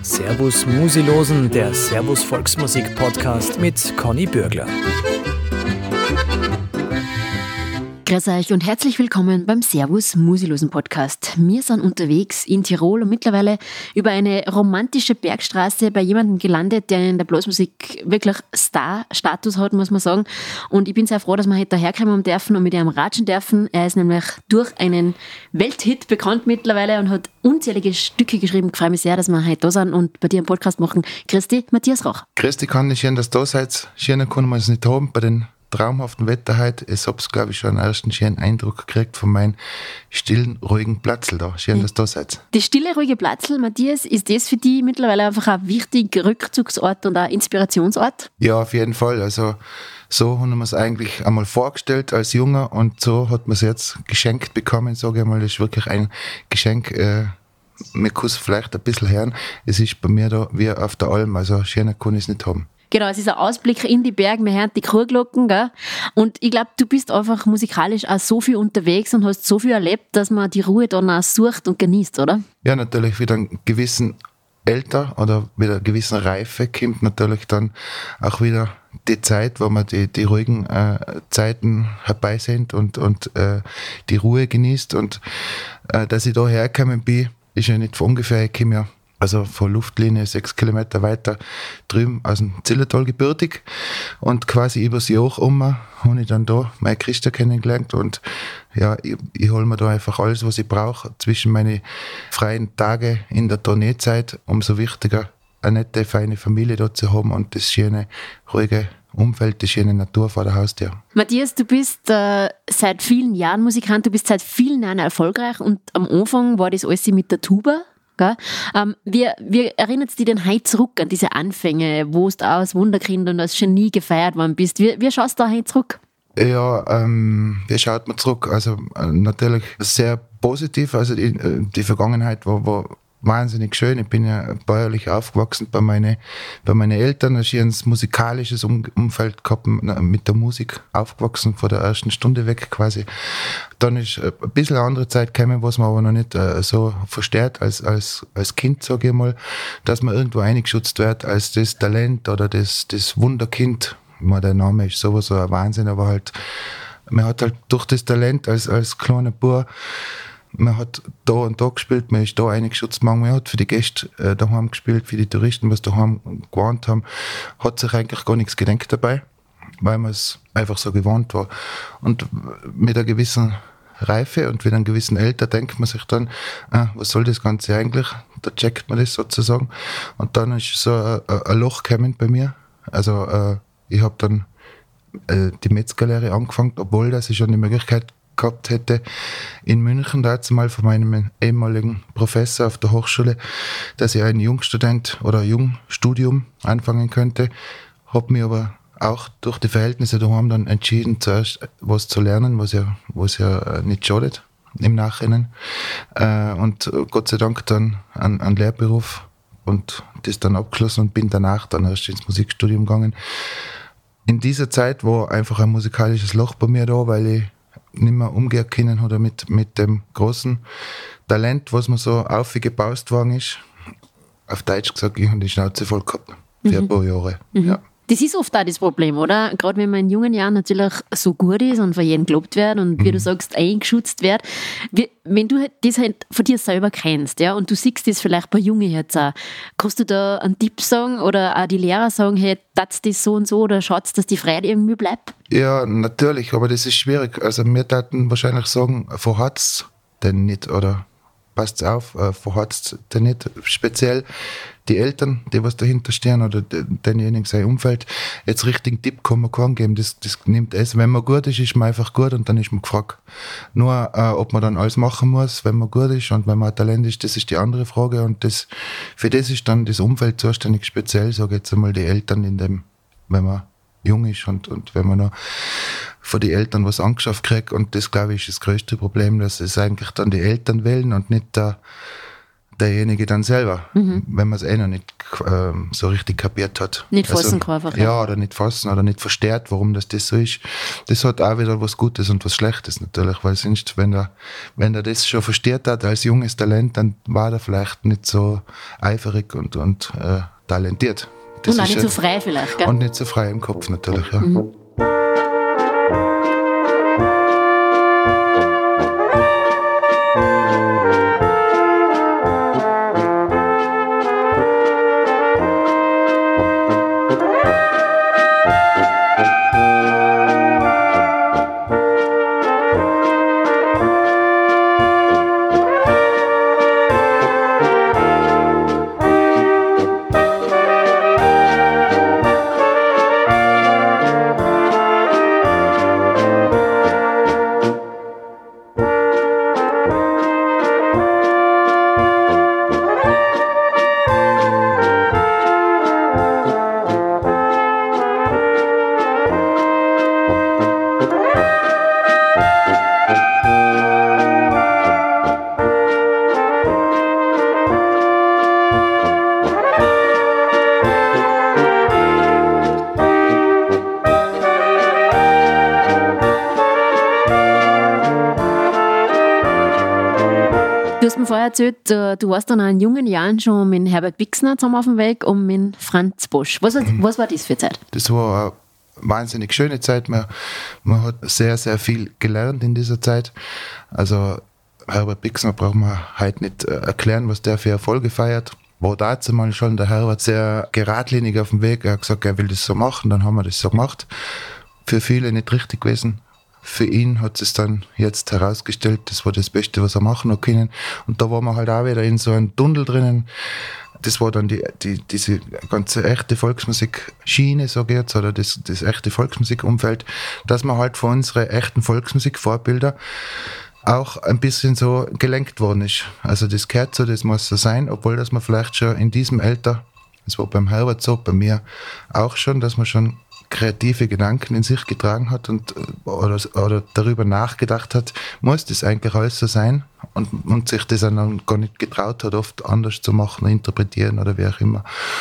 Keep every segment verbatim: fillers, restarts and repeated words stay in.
Servus Musilosen, der Servus Volksmusik Podcast mit Conny Bürgler. Grüß euch und herzlich willkommen beim Servus Musilosen Podcast. Wir sind unterwegs in Tirol und mittlerweile über eine romantische Bergstraße bei jemandem gelandet, der in der Blasmusik wirklich Star-Status hat, muss man sagen. Und ich bin sehr froh, dass wir heute daherkommen dürfen und mit ihm ratschen dürfen. Er ist nämlich durch einen Welthit bekannt mittlerweile und hat unzählige Stücke geschrieben. Ich freue mich sehr, dass wir heute da sind und bei dir einen Podcast machen. Grüß dich, Matthias Rauch. Grüß dich, Conny, schön, dass du da seid. Schön können wir es nicht haben bei den traumhaften Wetter heute. Ich habe, glaube ich, schon einen ersten schönen Eindruck gekriegt von meinem stillen, ruhigen Platzl da. Schön, dass du da seid. Die stille, ruhige Platzl, Matthias, ist das für dich mittlerweile einfach ein wichtiger Rückzugsort und ein Inspirationsort? Ja, auf jeden Fall. Also so haben wir es eigentlich einmal vorgestellt als Junger und so hat man es jetzt geschenkt bekommen, sage ich mal. Das ist wirklich ein Geschenk. Äh, mir kann es vielleicht ein bisschen hören. Es ist bei mir da wie auf der Alm, also schöner kann ich es nicht haben. Genau, es ist ein Ausblick in die Berge, wir hören die Chorglocken, gell? Und ich glaube, du bist einfach musikalisch auch so viel unterwegs und hast so viel erlebt, dass man die Ruhe dann auch sucht und genießt, oder? Ja, natürlich, wieder einen gewissen Alter oder mit einer gewissen Reife kommt natürlich dann auch wieder die Zeit, wo man die, die ruhigen äh, Zeiten herbei sind und, und äh, die Ruhe genießt. Und äh, dass ich da hergekommen bin, ist ja nicht von ungefähr, ich komme ja also von Luftlinie sechs Kilometer weiter drüben aus dem Zillertal gebürtig und quasi übers Jahr um habe ich dann da meine Christa kennengelernt und ja, ich, ich hole mir da einfach alles, was ich brauche zwischen meine freien Tage in der Tourneezeit, umso wichtiger eine nette, feine Familie da zu haben und das schöne, ruhige Umfeld, die schöne Natur vor der Haustür. Matthias, du bist äh, seit vielen Jahren Musikant, du bist seit vielen Jahren erfolgreich und am Anfang war das alles mit der Tuba. Ähm, wie, wie erinnerst du dich denn heute zurück an diese Anfänge, wo du als Wunderkind und als Genie gefeiert worden bist? Wie, wie schaust du da heute zurück? Ja, ähm, wie schaut man zurück? Also äh, natürlich sehr positiv. Also die, die Vergangenheit war, war wahnsinnig schön. Ich bin ja bäuerlich aufgewachsen bei meinen bei meine Eltern. Ich habe ein musikalisches um, Umfeld gehabt, mit der Musik aufgewachsen, von der ersten Stunde weg quasi. Dann ist ein bisschen eine andere Zeit gekommen, was man aber noch nicht äh, so versteht als, als, als Kind, sage ich mal, dass man irgendwo eingeschützt wird als das Talent oder das, das Wunderkind. Ich meine, der Name ist sowieso ein Wahnsinn, aber halt, man hat halt durch das Talent als, als kleiner Bub, man hat da und da gespielt, man ist da eingeschützt, man hat für die Gäste äh, daheim gespielt, für die Touristen, was daheim gewohnt haben, hat sich eigentlich gar nichts gedacht dabei, weil man es einfach so gewohnt war. Und mit einer gewissen Reife und mit einem gewissen Alter denkt man sich dann, ah, was soll das Ganze eigentlich? Da checkt man das sozusagen. Und dann ist so ein, ein Loch gekommen bei mir. Also äh, ich habe dann äh, die Metzgerlehre angefangen, obwohl das ich schon die Möglichkeit gehabt hätte in München, dazu mal von meinem ehemaligen Professor auf der Hochschule, dass ich einen Jungstudent oder Jungstudium anfangen könnte. Habe mich aber auch durch die Verhältnisse daheim dann entschieden, zuerst was zu lernen, was ja, was ja nicht schadet im Nachhinein. Und Gott sei Dank dann einen, einen Lehrberuf und das dann abgeschlossen und bin danach dann erst ins Musikstudium gegangen. In dieser Zeit war einfach ein musikalisches Loch bei mir da, weil ich nicht mehr umgehen können oder mit, mit dem großen Talent, was mir so aufgebaust worden ist. Auf Deutsch gesagt, ich habe die Schnauze voll gehabt. Für mhm. ein paar Jahre. Mhm. Ja. Das ist oft auch das Problem, oder? Gerade wenn man in jungen Jahren natürlich so gut ist und von jedem gelobt wird und wie mhm. du sagst, eingeschützt wird. Wie, wenn du das halt von dir selber kennst, ja, und du siehst das vielleicht bei Jungen jetzt auch, kannst du da einen Tipp sagen oder auch die Lehrer sagen, hey, tat's das so und so oder schaut's, dass die Freiheit irgendwie bleibt? Ja, natürlich, aber das ist schwierig. Also wir taten wahrscheinlich sagen, vorhat's denn nicht oder passt auf, äh, vorhat's denn nicht. Speziell die Eltern, die was dahinter stehen oder denjenigen sein Umfeld, jetzt richtigen Tipp kann man keinen geben, das, das nimmt es. Wenn man gut ist, ist man einfach gut und dann ist man gefragt. Nur, äh, ob man dann alles machen muss, wenn man gut ist und wenn man ein Talent ist, das ist die andere Frage und das, für das ist dann das Umfeld zuständig, speziell, sage ich jetzt einmal, die Eltern in dem, wenn man jung ist und, und wenn man noch von den Eltern was angeschafft kriegt und das, glaube ich, ist das größte Problem, dass es eigentlich dann die Eltern wählen und nicht der derjenige dann selber, mhm. wenn man es eh noch nicht äh, so richtig kapiert hat. Nicht fassen also, kann einfach. Ja, oder nicht fassen oder nicht versteht, warum das, das so ist. Das hat auch wieder was Gutes und was Schlechtes natürlich, weil sonst, wenn er, wenn er das schon versteht hat als junges Talent, dann war er vielleicht nicht so eifrig und, und äh, talentiert. Das und auch ist nicht so frei vielleicht, gell? Und nicht so frei im Kopf natürlich, ja. Mhm. Du hast mir vorher erzählt, du warst dann auch in jungen Jahren schon mit Herbert Bixner zusammen auf dem Weg und mit Franz Bosch. Was war, was war das für Zeit? Das war eine wahnsinnig schöne Zeit. Man, man hat sehr, sehr viel gelernt in dieser Zeit. Also Herbert Bixner braucht man heute nicht erklären, was der für Erfolge feiert. War dazu mal schon der Herbert sehr geradlinig auf dem Weg. Er hat gesagt, er will das so machen, dann haben wir das so gemacht. Für viele nicht richtig gewesen. Für ihn hat es dann jetzt herausgestellt, das war das Beste, was er machen hat können. Und da waren wir halt auch wieder in so einem Tunnel drinnen. Das war dann die, die, diese ganze echte Volksmusik-Schiene, sage ich jetzt, oder das, das echte Volksmusikumfeld, dass man halt von unseren echten Volksmusik-Vorbilder auch ein bisschen so gelenkt worden ist. Also das gehört so, das muss so sein, obwohl dass man vielleicht schon in diesem Alter, das war beim Herbert so, bei mir auch schon, dass man schon kreative Gedanken in sich getragen hat und oder, oder darüber nachgedacht hat, muss das eigentlich alles so sein und, und sich das dann gar nicht getraut hat, oft anders zu machen, interpretieren oder wie auch immer.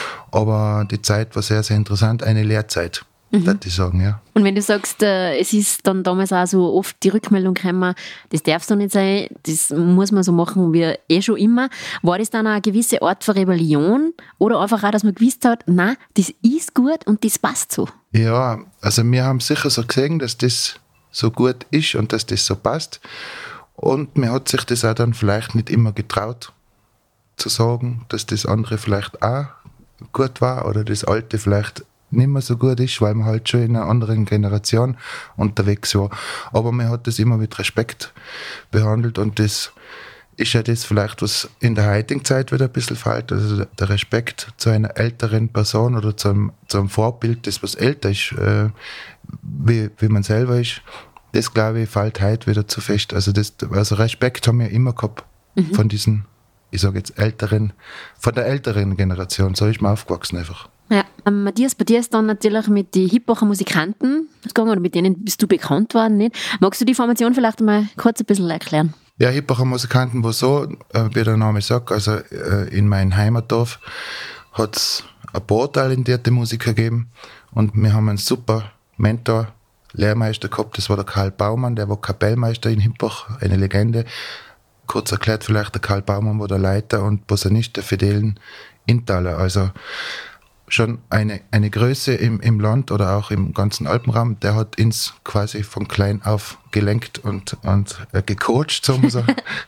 Aber die Zeit war sehr, sehr interessant, eine Lehrzeit, mhm. würde ich sagen, ja. Und wenn du sagst, äh, es ist dann damals auch so oft die Rückmeldung gekommen, das darf so nicht sein, das muss man so machen wie eh schon immer, war das dann auch eine gewisse Art von Rebellion oder einfach auch, dass man gewusst hat, nein, das ist gut und das passt so? Ja, also wir haben sicher so gesehen, dass das so gut ist und dass das so passt. Und mir hat sich das auch dann vielleicht nicht immer getraut zu sagen, dass das andere vielleicht auch gut war oder das alte vielleicht nicht mehr so gut ist, weil man halt schon in einer anderen Generation unterwegs war. Aber man hat das immer mit Respekt behandelt und das ist ja das vielleicht, was in der heutigen Zeit wieder ein bisschen fehlt, also der Respekt zu einer älteren Person oder zu einem, zu einem Vorbild, das was älter ist, äh, wie, wie man selber ist, das glaube ich fällt heute wieder zu fest. Also, das, also Respekt haben wir immer gehabt mhm. von diesen, ich sage jetzt älteren, von der älteren Generation, so ist man aufgewachsen einfach. Ja, ähm, Matthias, bei dir ist dann natürlich mit den Hippacher Musikanten gegangen oder mit denen bist du bekannt worden, nicht? Magst du die Formation vielleicht mal kurz ein bisschen erklären? Ja, Hippacher Musikanten war so, äh, wie der Name sagt, also äh, in meinem Heimatdorf hat es ein paar talentierte Musiker gegeben und wir haben einen super Mentor, Lehrmeister gehabt, das war der Karl Baumann, der war Kapellmeister in Hippach, eine Legende. Kurz erklärt vielleicht, der Karl Baumann war der Leiter und Posaunist der Fidelen Inntaler, also schon eine, eine Größe im, im Land oder auch im ganzen Alpenraum, der hat uns quasi von klein auf gelenkt und, und äh, gecoacht, sagen wir so.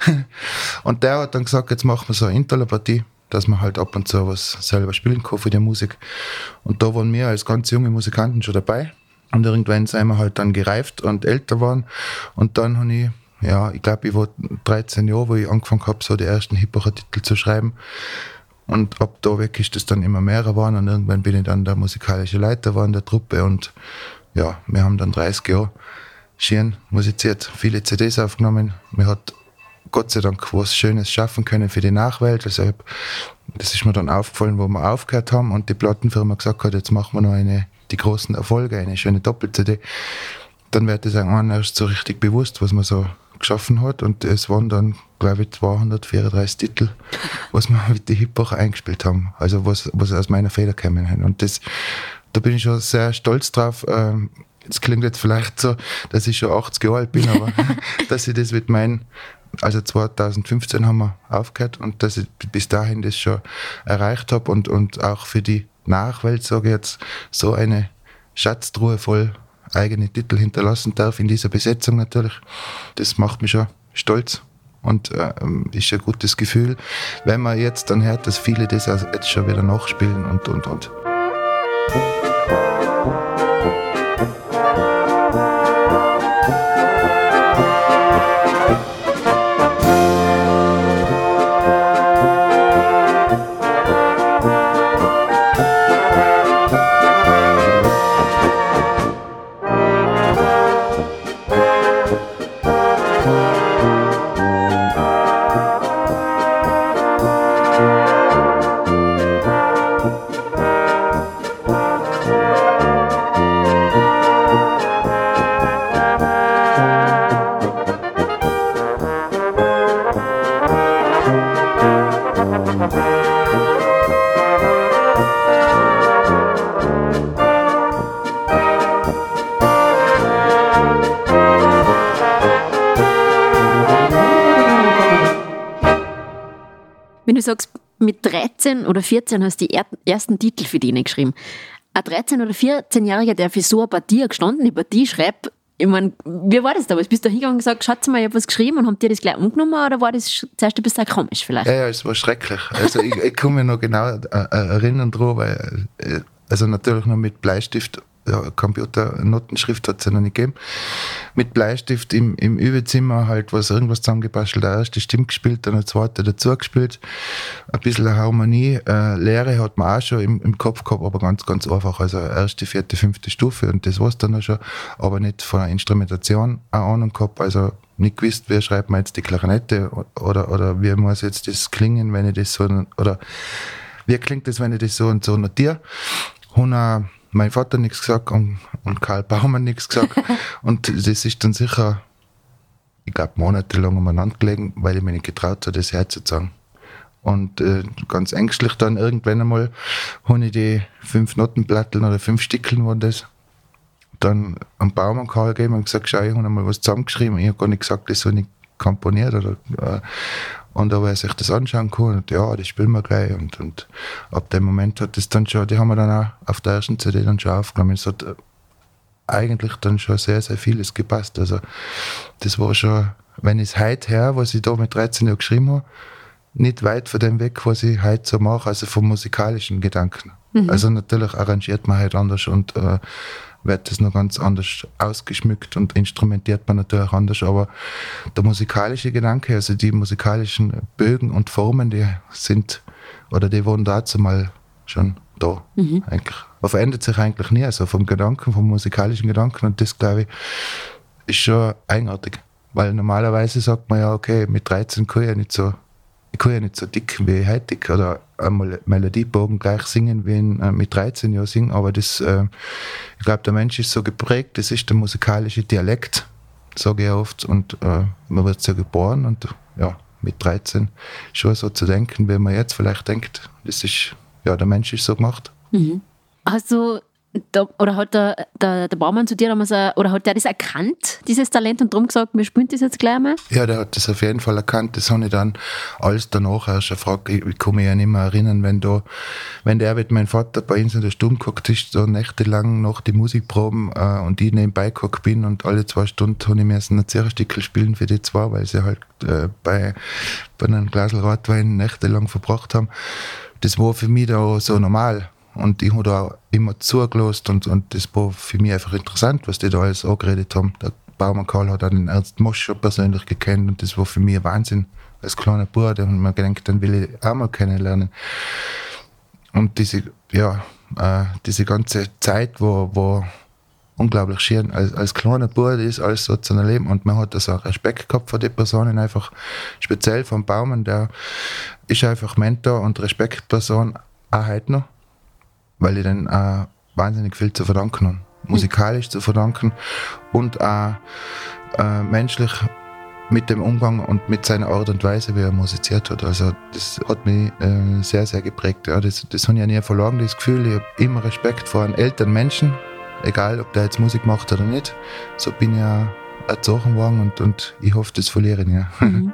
Und der hat dann gesagt, jetzt machen wir so eine Interla-Partie, dass man halt ab und zu was selber spielen kann für die Musik. Und da waren wir als ganz junge Musikanten schon dabei. Und irgendwann sind wir halt dann gereift und älter waren. Und dann habe ich, ja, ich glaube, ich war dreizehn Jahre, wo ich angefangen habe, so die ersten Hippacher-Titel zu schreiben. Und ab da weg ist das dann immer mehr geworden und irgendwann bin ich dann der musikalische Leiter war in der Truppe und ja, wir haben dann dreißig Jahre schön musiziert, viele C Ds aufgenommen. Wir hat Gott sei Dank was Schönes schaffen können für die Nachwelt. Also das ist mir dann aufgefallen, wo wir aufgehört haben und die Plattenfirma gesagt hat, jetzt machen wir noch eine, die großen Erfolge, eine schöne Doppel-C D. Dann wird das einem erst so richtig bewusst, was wir so geschaffen hat und es waren dann, glaube ich, zweihundertvierunddreißig Titel, was wir mit den Hitwoche eingespielt haben, also was, was aus meiner Feder gekommen haben. Und das, da bin ich schon sehr stolz drauf. Ähm, es klingt jetzt vielleicht so, dass ich schon achtzig Jahre alt bin, aber dass ich das mit meinen, also zweitausendfünfzehn haben wir aufgehört und dass ich bis dahin das schon erreicht habe und, und auch für die Nachwelt, sage ich jetzt, so eine Schatztruhe voll eigene Titel hinterlassen darf, in dieser Besetzung natürlich. Das macht mich schon stolz und äh, ist ein gutes Gefühl, wenn man jetzt dann hört, dass viele das also jetzt schon wieder nachspielen und, und, und. Wenn du sagst, mit dreizehn oder vierzehn hast du die er- ersten Titel für die geschrieben. Ein dreizehn- oder vierzehn-Jähriger, der für so eine Partie gestanden, die Partie schreibt, ich meine, wie war das damals? Bist du da hingegangen und gesagt, Schatz mal, ich habe was geschrieben und habt ihr das gleich angenommen oder war das zuerst ein bisschen komisch vielleicht? Ja, ja, es war schrecklich. Also ich, ich kann mich noch genau äh, erinnern dran, weil äh, also natürlich noch mit Bleistift, ja, Computernotenschrift hat es ja noch nicht gegeben, mit Bleistift im, im Übezimmer halt was irgendwas zusammengebastelt, eine erste Stimme gespielt, dann eine zweite dazu gespielt, ein bisschen eine Harmonie, äh, Lehre hat man auch schon im, im Kopf gehabt, aber ganz, ganz einfach, also erste, vierte, fünfte Stufe und das war es dann auch schon, aber nicht von der Instrumentation eine Ahnung gehabt, also nicht gewusst, wie schreibt man jetzt die Klarinette oder, oder wie muss jetzt das klingen, wenn ich das so, oder wie klingt das, wenn ich das so und so notiere. Und auch mein Vater nichts gesagt und, und Karl Baumann nichts gesagt. Und das ist dann sicher, ich glaube, monatelang umeinander gelegen, weil ich mir nicht getraut habe, das herzusagen. Und äh, ganz ängstlich dann irgendwann einmal habe ich die fünf Notenplatteln oder fünf Stickeln waren das, dann am Baumann Karl gegeben und gesagt, schau, ich habe einmal was zusammengeschrieben. Ich habe gar nicht gesagt, das habe ich komponiert. Oder, äh, und aber er sich das anschauen kann und ja, das spielen wir gleich. Und, und ab dem Moment hat das dann schon, die haben wir dann auch auf der ersten C D dann schon aufgenommen. Es hat eigentlich dann schon sehr, sehr vieles gepasst. Also das war schon, wenn ich es heute her, was ich da mit dreizehn Jahren geschrieben habe, nicht weit von dem weg, was ich heute so mache, also vom musikalischen Gedanken. Mhm. Also natürlich arrangiert man halt anders und äh, wird das noch ganz anders ausgeschmückt und instrumentiert man natürlich anders, aber der musikalische Gedanke, also die musikalischen Bögen und Formen, die sind, oder die waren dazu mal schon da. Mhm. Eigentlich. Aber verändert sich eigentlich nie, also vom Gedanken, vom musikalischen Gedanken, und das, glaube ich, ist schon eigenartig, weil normalerweise sagt man ja, okay, mit dreizehn kann ich ja nicht so Ich kann ja nicht so dick wie heute dick oder einmal Melodiebogen gleich singen, wie ich äh, mit dreizehn Jahren singen, aber das, äh, ich glaube, der Mensch ist so geprägt, das ist der musikalische Dialekt, sage ich oft, und äh, man wird so geboren und ja, mit dreizehn schon so zu denken, wie man jetzt vielleicht denkt, das ist, ja, der Mensch ist so gemacht. Mhm. Hast du Da, oder hat der, der, der Baumann zu dir damals, oder hat der das erkannt, dieses Talent, und darum gesagt, wir spielen das jetzt gleich einmal? Ja, der hat das auf jeden Fall erkannt. Das habe ich dann alles danach erst gefragt. Ich, ich kann mich ja nicht mehr erinnern, wenn da, wenn der mit meinem Vater bei uns in der Stube gehockt ist, so nächtelang nach die Musikproben äh, und ich nebenbei gehockt bin und alle zwei Stunden habe ich mir ein Zirchstickel spielen für die zwei, weil sie halt äh, bei, bei einem Glas Rotwein nächtelang verbracht haben. Das war für mich da so normal. Und ich habe da immer zugelassen und, und das war für mich einfach interessant, was die da alles angeredet haben. Der Baumann Karl hat auch den Ernst Mosch schon persönlich gekannt und das war für mich ein Wahnsinn als kleiner Bruder. Und man gedacht, dann will ich auch mal kennenlernen. Und diese, ja, äh, diese ganze Zeit war, war unglaublich schön. Als, als kleiner Bruder ist alles so zu erleben und man hat also auch Respekt gehabt vor den Personen, einfach speziell vom Baumann, der ist einfach Mentor und Respektperson auch heute noch, weil ich dann auch wahnsinnig viel zu verdanken habe. Musikalisch zu verdanken und auch äh, menschlich mit dem Umgang und mit seiner Art und Weise, wie er musiziert hat. Also das hat mich äh, sehr, sehr geprägt. Ja, das, das habe ich ja nie verloren, das Gefühl. Ich habe immer Respekt vor einem älteren Menschen, egal ob der jetzt Musik macht oder nicht. So bin ich ja erzogen worden und, und ich hoffe, das verliere ich nicht. Mhm.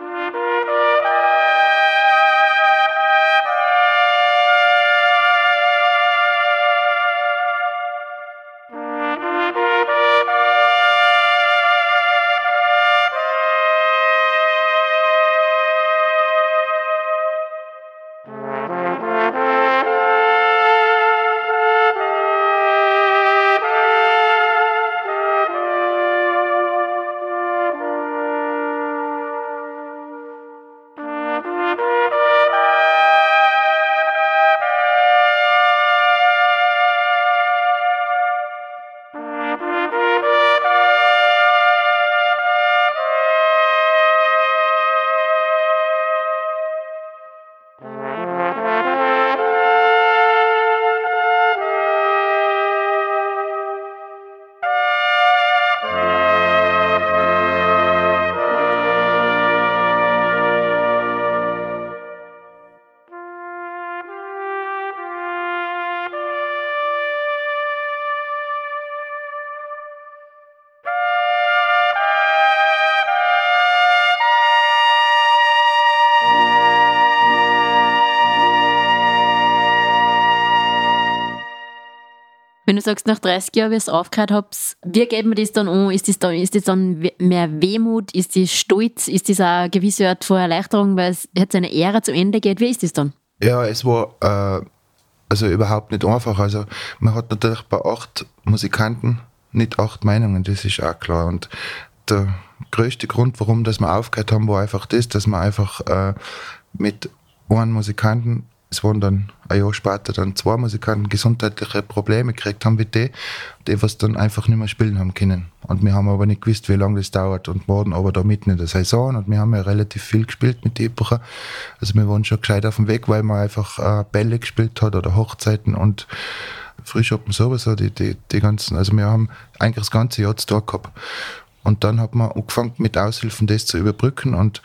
Wenn du sagst, nach dreißig Jahren, wie ihr es aufgehört habt, wie geht man das dann an? Ist das dann, ist das dann mehr Wehmut? Ist das Stolz? Ist das auch eine gewisse Art von Erleichterung, weil es jetzt eine Ära zu Ende geht? Wie ist das dann? Ja, es war äh, also überhaupt nicht einfach. Also man hat natürlich bei acht Musikanten nicht acht Meinungen, das ist auch klar. Und der größte Grund, warum dass wir aufgehört haben, war einfach das, dass wir einfach äh, mit einem Musikanten, es waren dann ein Jahr später dann zwei Musikanten, gesundheitliche Probleme gekriegt haben wie die, die was dann einfach nicht mehr spielen haben können. Und wir haben aber nicht gewusst, wie lange das dauert und waren aber da mitten in der Saison und wir haben ja relativ viel gespielt mit den Epochen. Also wir waren schon gescheit auf dem Weg, weil man einfach äh, Bälle gespielt hat oder Hochzeiten und Frühschoppen sowieso, die, die, die ganzen, also wir haben eigentlich das ganze Jahr zu tun gehabt. Und dann hat man angefangen mit Aushilfen das zu überbrücken und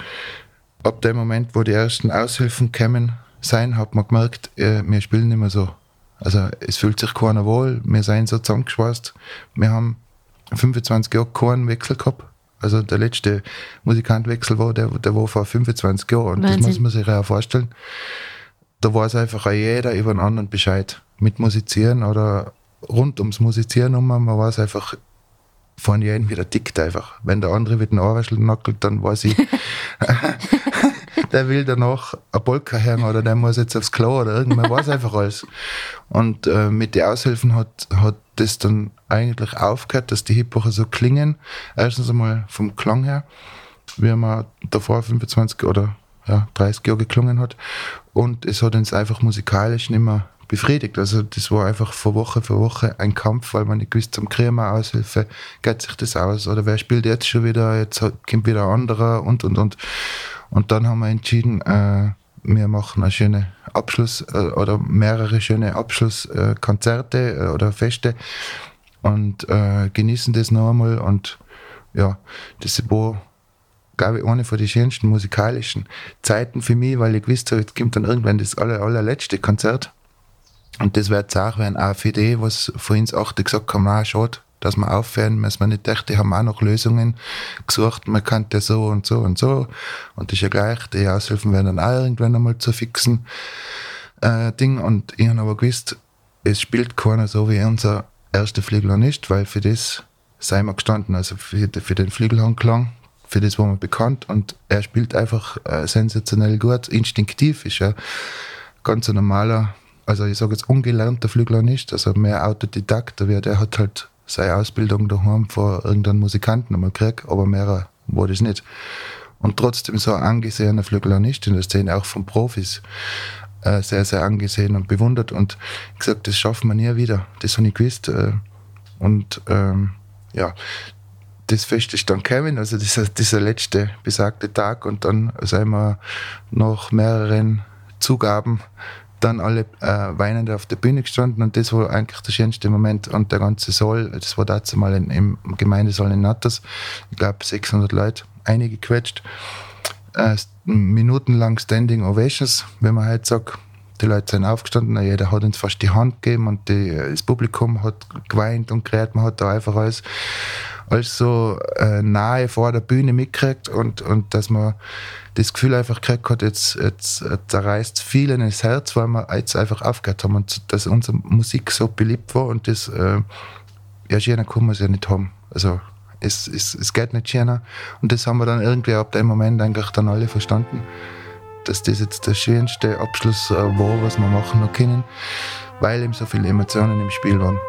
ab dem Moment, wo die ersten Aushilfen kämen, sein, hat man gemerkt, äh, wir spielen nicht mehr so. Also es fühlt sich keiner wohl, wir sind so zusammengeschweißt. Wir haben fünfundzwanzig Jahre keinen Wechsel gehabt. Also der letzte Musikantwechsel war, der, der war vor fünfundzwanzig Jahren. Und Wahnsinn. Das muss man sich auch vorstellen. Da weiß einfach auch jeder über den anderen Bescheid. Mit Musizieren oder rund ums Musizieren um, man weiß einfach von jedem wieder tickt einfach. Wenn der andere mit dem Ohrwäschel nackelt, dann weiß ich, der will danach eine Polka hören oder der muss jetzt aufs Klo oder irgendwann weiß einfach alles. Und äh, mit den Aushilfen hat, hat das dann eigentlich aufgehört, dass die Hip-Hoche so klingen. Erstens einmal vom Klang her, wie man davor fünfundzwanzig oder ja, dreißig Jahre geklungen hat. Und es hat uns einfach musikalisch nicht mehr befriedigt. Also das war einfach von Woche für Woche ein Kampf, weil man nicht gewusst, zum kriegen wir Aushilfe, geht sich das aus oder wer spielt jetzt schon wieder, jetzt kommt wieder ein anderer und und und. Und dann haben wir entschieden, äh, wir machen eine schöne Abschluss äh, oder mehrere schöne Abschlusskonzerte äh, oder Feste und äh, genießen das noch einmal. Und ja, das war, glaube ich, eine von den schönsten musikalischen Zeiten für mich, weil ich gewusst habe, jetzt kommt dann irgendwann das aller, allerletzte Konzert. Und das wird jetzt auch werden, auch für die, was vor uns achte gesagt haben, na, schade, dass wir aufhören, dass wir nicht dachten, die haben auch noch Lösungen gesucht, man kann das so und so und so. Und das ist ja gleich, die Aushilfen werden dann auch irgendwann einmal zu fixen äh, Ding. Und ich habe aber gewusst, es spielt keiner so wie unser erster Flügelhornist, weil für das sind wir gestanden, also für, für den Flügelhornklang, für das waren wir bekannt und er spielt einfach äh, sensationell gut, instinktiv, ist ja ganz ein normaler, also ich sage jetzt ungelernter Flügelhornist, also mehr Autodidakt, aber der hat halt seine Ausbildung daheim von irgendeinem Musikanten einmal gekriegt, aber mehr war das nicht. Und trotzdem so ein angesehener Flügelhornist in der Szene, auch von Profis, äh, sehr, sehr angesehen und bewundert und gesagt, das schaffen wir nie wieder. Das habe ich gewusst. Äh, und ähm, ja, das Fest ist dann gekommen, also dieser, dieser letzte besagte Tag und dann sind wir nach mehreren Zugaben dann alle äh, weinend auf der Bühne gestanden und das war eigentlich der schönste Moment und der ganze Saal, das war dazu mal in, im Gemeindesaal in Natters, ich glaube sechshundert Leute, einige gequetscht, äh, minutenlang Standing Ovations, wenn man halt sagt, die Leute sind aufgestanden, jeder hat uns fast die Hand gegeben und die, das Publikum hat geweint und geredet, man hat da einfach alles, alles so äh, nahe vor der Bühne mitgekriegt und, und dass man das Gefühl einfach gekriegt hat, jetzt, jetzt zerreißt vielen das Herz, weil wir jetzt einfach aufgehört haben und dass unsere Musik so beliebt war und das, äh, ja, schöner kann man es ja nicht haben. Also es, es, es geht nicht schöner und das haben wir dann irgendwie ab dem Moment eigentlich dann alle verstanden, dass das jetzt der schönste Abschluss war, was wir machen noch können, weil eben so viele Emotionen im Spiel waren.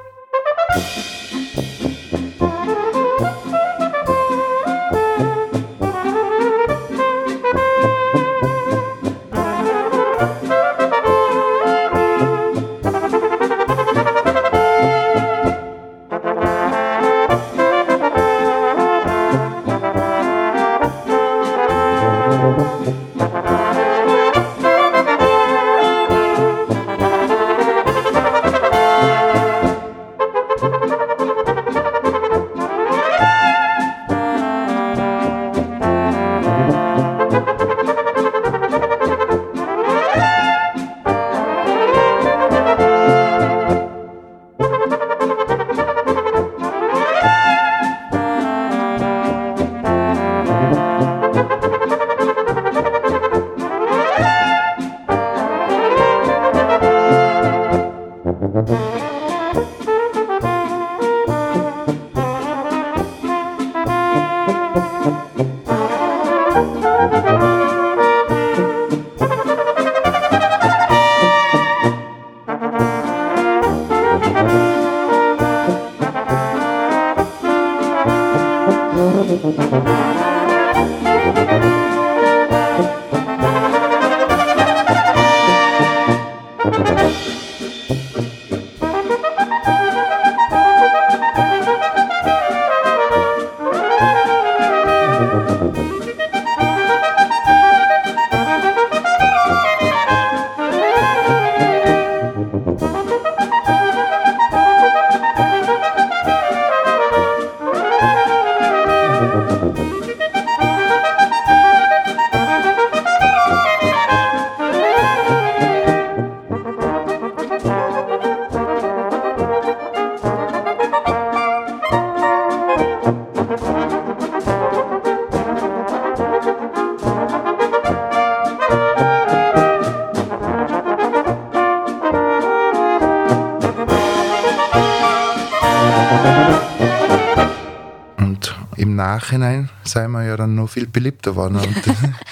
Nachhinein sind wir ja dann noch viel beliebter geworden. Und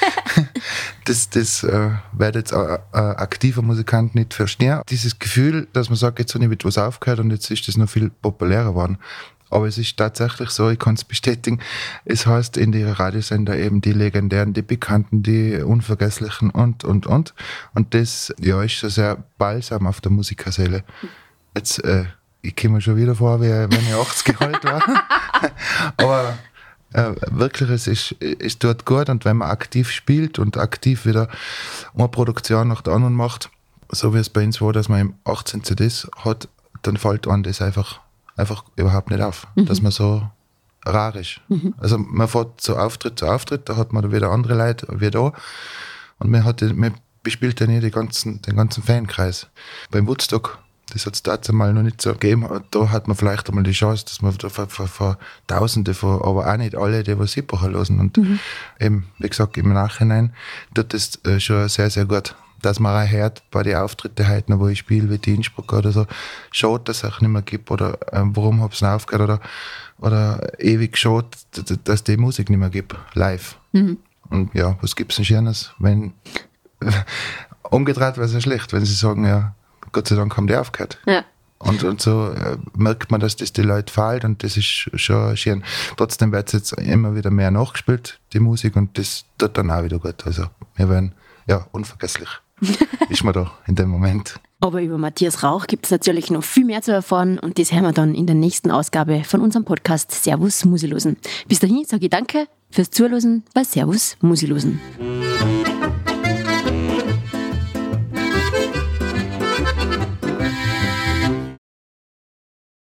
das das äh, werde jetzt ein aktiver Musikant nicht verstehen. Dieses Gefühl, dass man sagt, jetzt habe ich mit was aufgehört und jetzt ist das noch viel populärer geworden. Aber es ist tatsächlich so, ich kann es bestätigen, es heißt in den Radiosender eben die legendären, die bekannten, die unvergesslichen und, und, und. Und das ja, ist so sehr balsam auf der Musikerseele. Jetzt, äh, ich komme mir schon wieder vor, wie wenn ich achtzig alt war. Aber Äh, wirklich, es, ist, es tut gut und wenn man aktiv spielt und aktiv wieder eine Produktion nach der anderen macht, so wie es bei uns war, dass man achtzehn C Ds hat, dann fällt einem das einfach, einfach überhaupt nicht auf, mhm. dass man so rar ist. Mhm. Also man fährt so Auftritt zu Auftritt, da hat man wieder andere Leute wie da und man, hat, man bespielt ja nie die ganzen, den ganzen Fankreis. Beim Woodstock, das hat es dazu mal noch nicht so gegeben. Da hat man vielleicht einmal die Chance, dass man da vor, vor, vor Tausende, vor, aber auch nicht alle, die was Siebacher hören. Und mhm. eben, wie gesagt, im Nachhinein tut das äh, schon sehr, sehr gut. Dass man auch hört, bei den Auftritten heute, wo ich spiele, wie die Innsbruck oder so, schade, dass es auch nicht mehr gibt oder äh, warum habe ich es aufgehört oder, oder ewig schade, dass die Musik nicht mehr gibt, live. Mhm. Und ja, was gibt es denn Schönes, wenn umgedreht wäre es ja schlecht, wenn sie sagen, ja, Gott sei Dank haben die aufgehört. Ja. Und, und so äh, merkt man, dass das die Leute fällt und das ist schon schön. Trotzdem wird es jetzt immer wieder mehr nachgespielt, die Musik, und das tut dann auch wieder gut. Also wir werden, ja, unvergesslich ist man da in dem Moment. Aber über Matthias Rauch gibt es natürlich noch viel mehr zu erfahren und das hören wir dann in der nächsten Ausgabe von unserem Podcast Servus Musilosen. Bis dahin sage ich danke fürs Zuhören bei Servus Musilosen.